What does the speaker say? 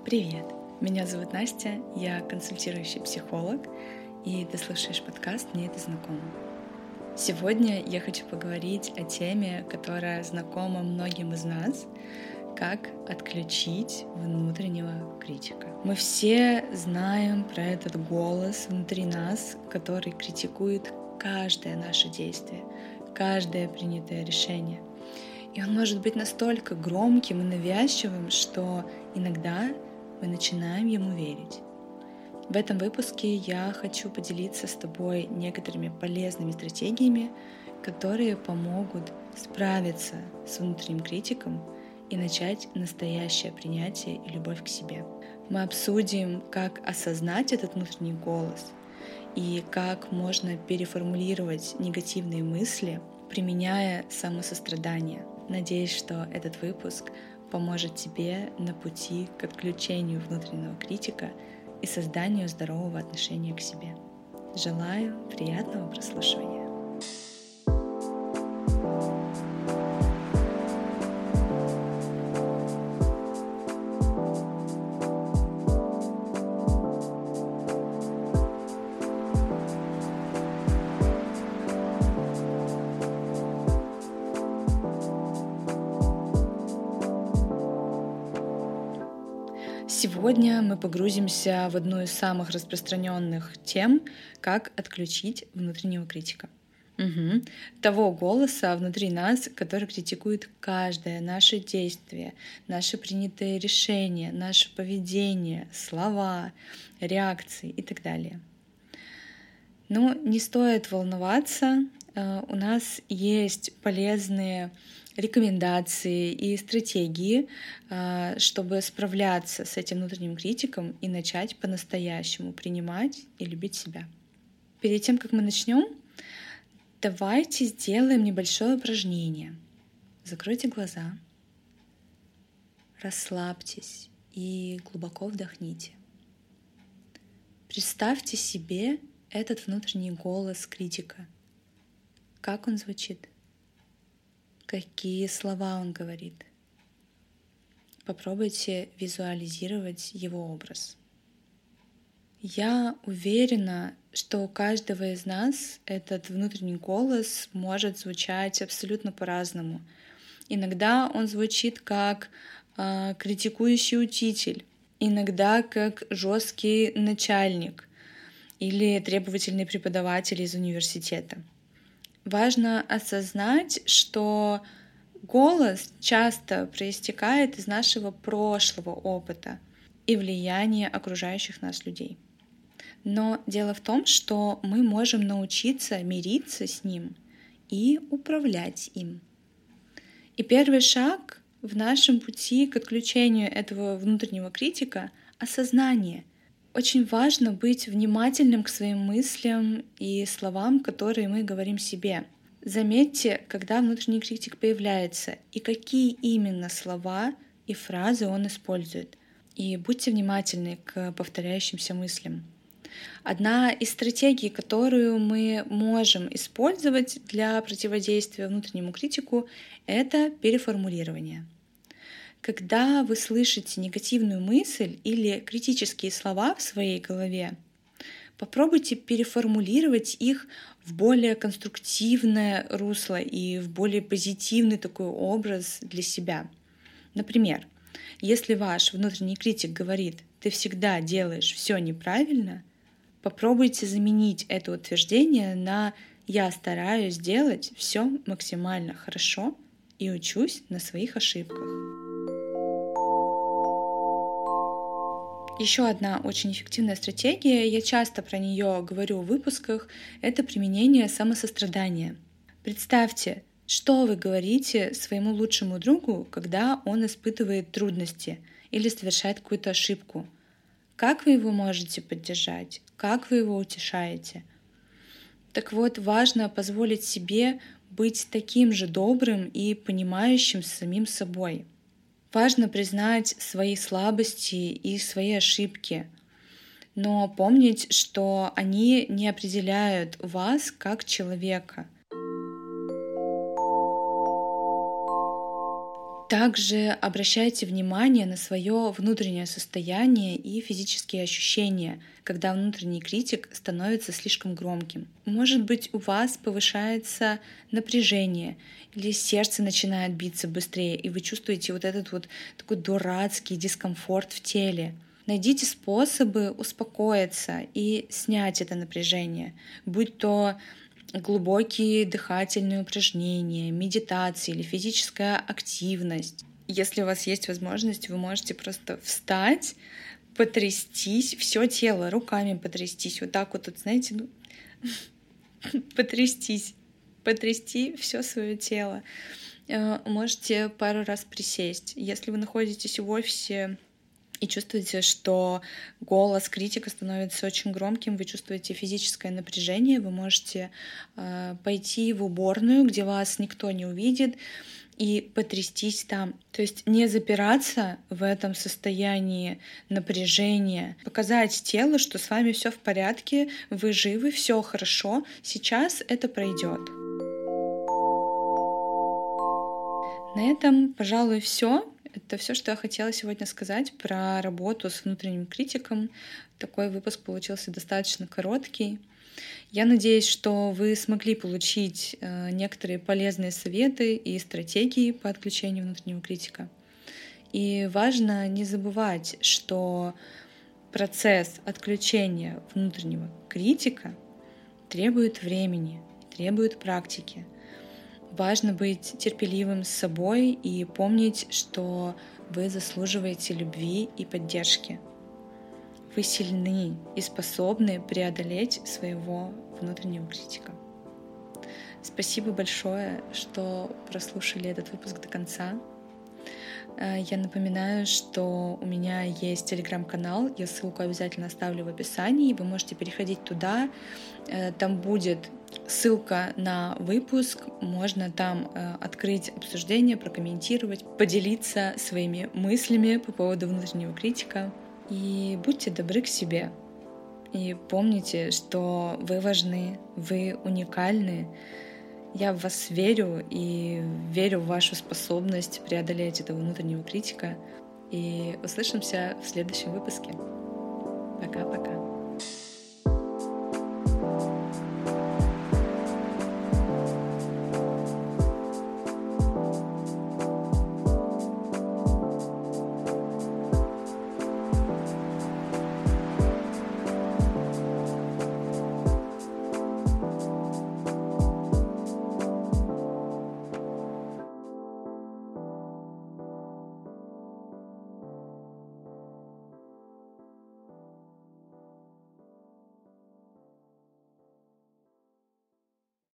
Привет! Меня зовут Настя, я консультирующий психолог, и ты слушаешь подкаст «Мне это знакомо». Сегодня я хочу поговорить о теме, которая знакома многим из нас, как отключить внутреннего критика. Мы все знаем про этот голос внутри нас, который критикует каждое наше действие, каждое принятое решение. И он может быть настолько громким и навязчивым, что иногда мы начинаем ему верить. В этом выпуске я хочу поделиться с тобой некоторыми полезными стратегиями, которые помогут справиться с внутренним критиком и начать настоящее принятие и любовь к себе. Мы обсудим, как осознать этот внутренний голос и как можно переформулировать негативные мысли, применяя самосострадание. Надеюсь, что этот выпуск поможет тебе на пути к отключению внутреннего критика и созданию здорового отношения к себе. Желаю приятного прослушивания. Сегодня мы погрузимся в одну из самых распространенных тем, как отключить внутреннего критика. Того голоса внутри нас, который критикует каждое наше действие, наши принятые решения, наше поведение, слова, реакции и так далее. Но не стоит волноваться, у нас есть полезные рекомендации и стратегии, чтобы справляться с этим внутренним критиком и начать по-настоящему принимать и любить себя. Перед тем, как мы начнем, давайте сделаем небольшое упражнение. Закройте глаза, расслабьтесь и глубоко вдохните. Представьте себе этот внутренний голос критика. Как он звучит? Какие слова он говорит? Попробуйте визуализировать его образ. Я уверена, что у каждого из нас этот внутренний голос может звучать абсолютно по-разному. Иногда он звучит как критикующий учитель, иногда как жесткий начальник или требовательный преподаватель из университета. Важно осознать, что голос часто проистекает из нашего прошлого опыта и влияния окружающих нас людей. Но дело в том, что мы можем научиться мириться с ним и управлять им. И первый шаг в нашем пути к отключению этого внутреннего критика — осознание. Очень важно быть внимательным к своим мыслям и словам, которые мы говорим себе. Заметьте, когда внутренний критик появляется и какие именно слова и фразы он использует. И будьте внимательны к повторяющимся мыслям. Одна из стратегий, которую мы можем использовать для противодействия внутреннему критику, это переформулирование. Когда вы слышите негативную мысль или критические слова в своей голове, попробуйте переформулировать их в более конструктивное русло и в более позитивный такой образ для себя. Например, если ваш внутренний критик говорит: «Ты всегда делаешь все неправильно», попробуйте заменить это утверждение на «Я стараюсь делать все максимально хорошо и учусь на своих ошибках». Еще одна очень эффективная стратегия, я часто про нее говорю в выпусках, это применение самосострадания. Представьте, что вы говорите своему лучшему другу, когда он испытывает трудности или совершает какую-то ошибку. Как вы его можете поддержать? Как вы его утешаете? Так вот, важно позволить себе быть таким же добрым и понимающим с самим собой. Важно признать свои слабости и свои ошибки, но помнить, что они не определяют вас как человека. Также обращайте внимание на свое внутреннее состояние и физические ощущения, когда внутренний критик становится слишком громким. Может быть, у вас повышается напряжение или сердце начинает биться быстрее, и вы чувствуете вот этот вот такой дурацкий дискомфорт в теле. Найдите способы успокоиться и снять это напряжение, будь то глубокие дыхательные упражнения, медитация или физическая активность. Если у вас есть возможность, вы можете просто встать, потрястись, все тело, руками потрястись, вот так вот, знаете, потрясти все свое тело. Можете пару раз присесть. Если вы находитесь в офисе и чувствуете, что голос критика становится очень громким, вы чувствуете физическое напряжение, вы можете пойти в уборную, где вас никто не увидит, и потрястись там. То есть не запираться в этом состоянии напряжения, показать телу, что с вами все в порядке, вы живы, все хорошо, сейчас это пройдет. На этом, пожалуй, все. Это все, что я хотела сегодня сказать про работу с внутренним критиком. Такой выпуск получился достаточно короткий. Я надеюсь, что вы смогли получить некоторые полезные советы и стратегии по отключению внутреннего критика. И важно не забывать, что процесс отключения внутреннего критика требует времени, требует практики. Важно быть терпеливым с собой и помнить, что вы заслуживаете любви и поддержки. Вы сильны и способны преодолеть своего внутреннего критика. Спасибо большое, что прослушали этот выпуск до конца. Я напоминаю, что у меня есть телеграм-канал, я ссылку обязательно оставлю в описании, вы можете переходить туда, там будет ссылка на выпуск, можно там открыть обсуждение, прокомментировать, поделиться своими мыслями по поводу внутреннего критика. И будьте добры к себе. И помните, что вы важны, вы уникальны. Я в вас верю и верю в вашу способность преодолеть этого внутреннего критика. И услышимся в следующем выпуске. Пока-пока.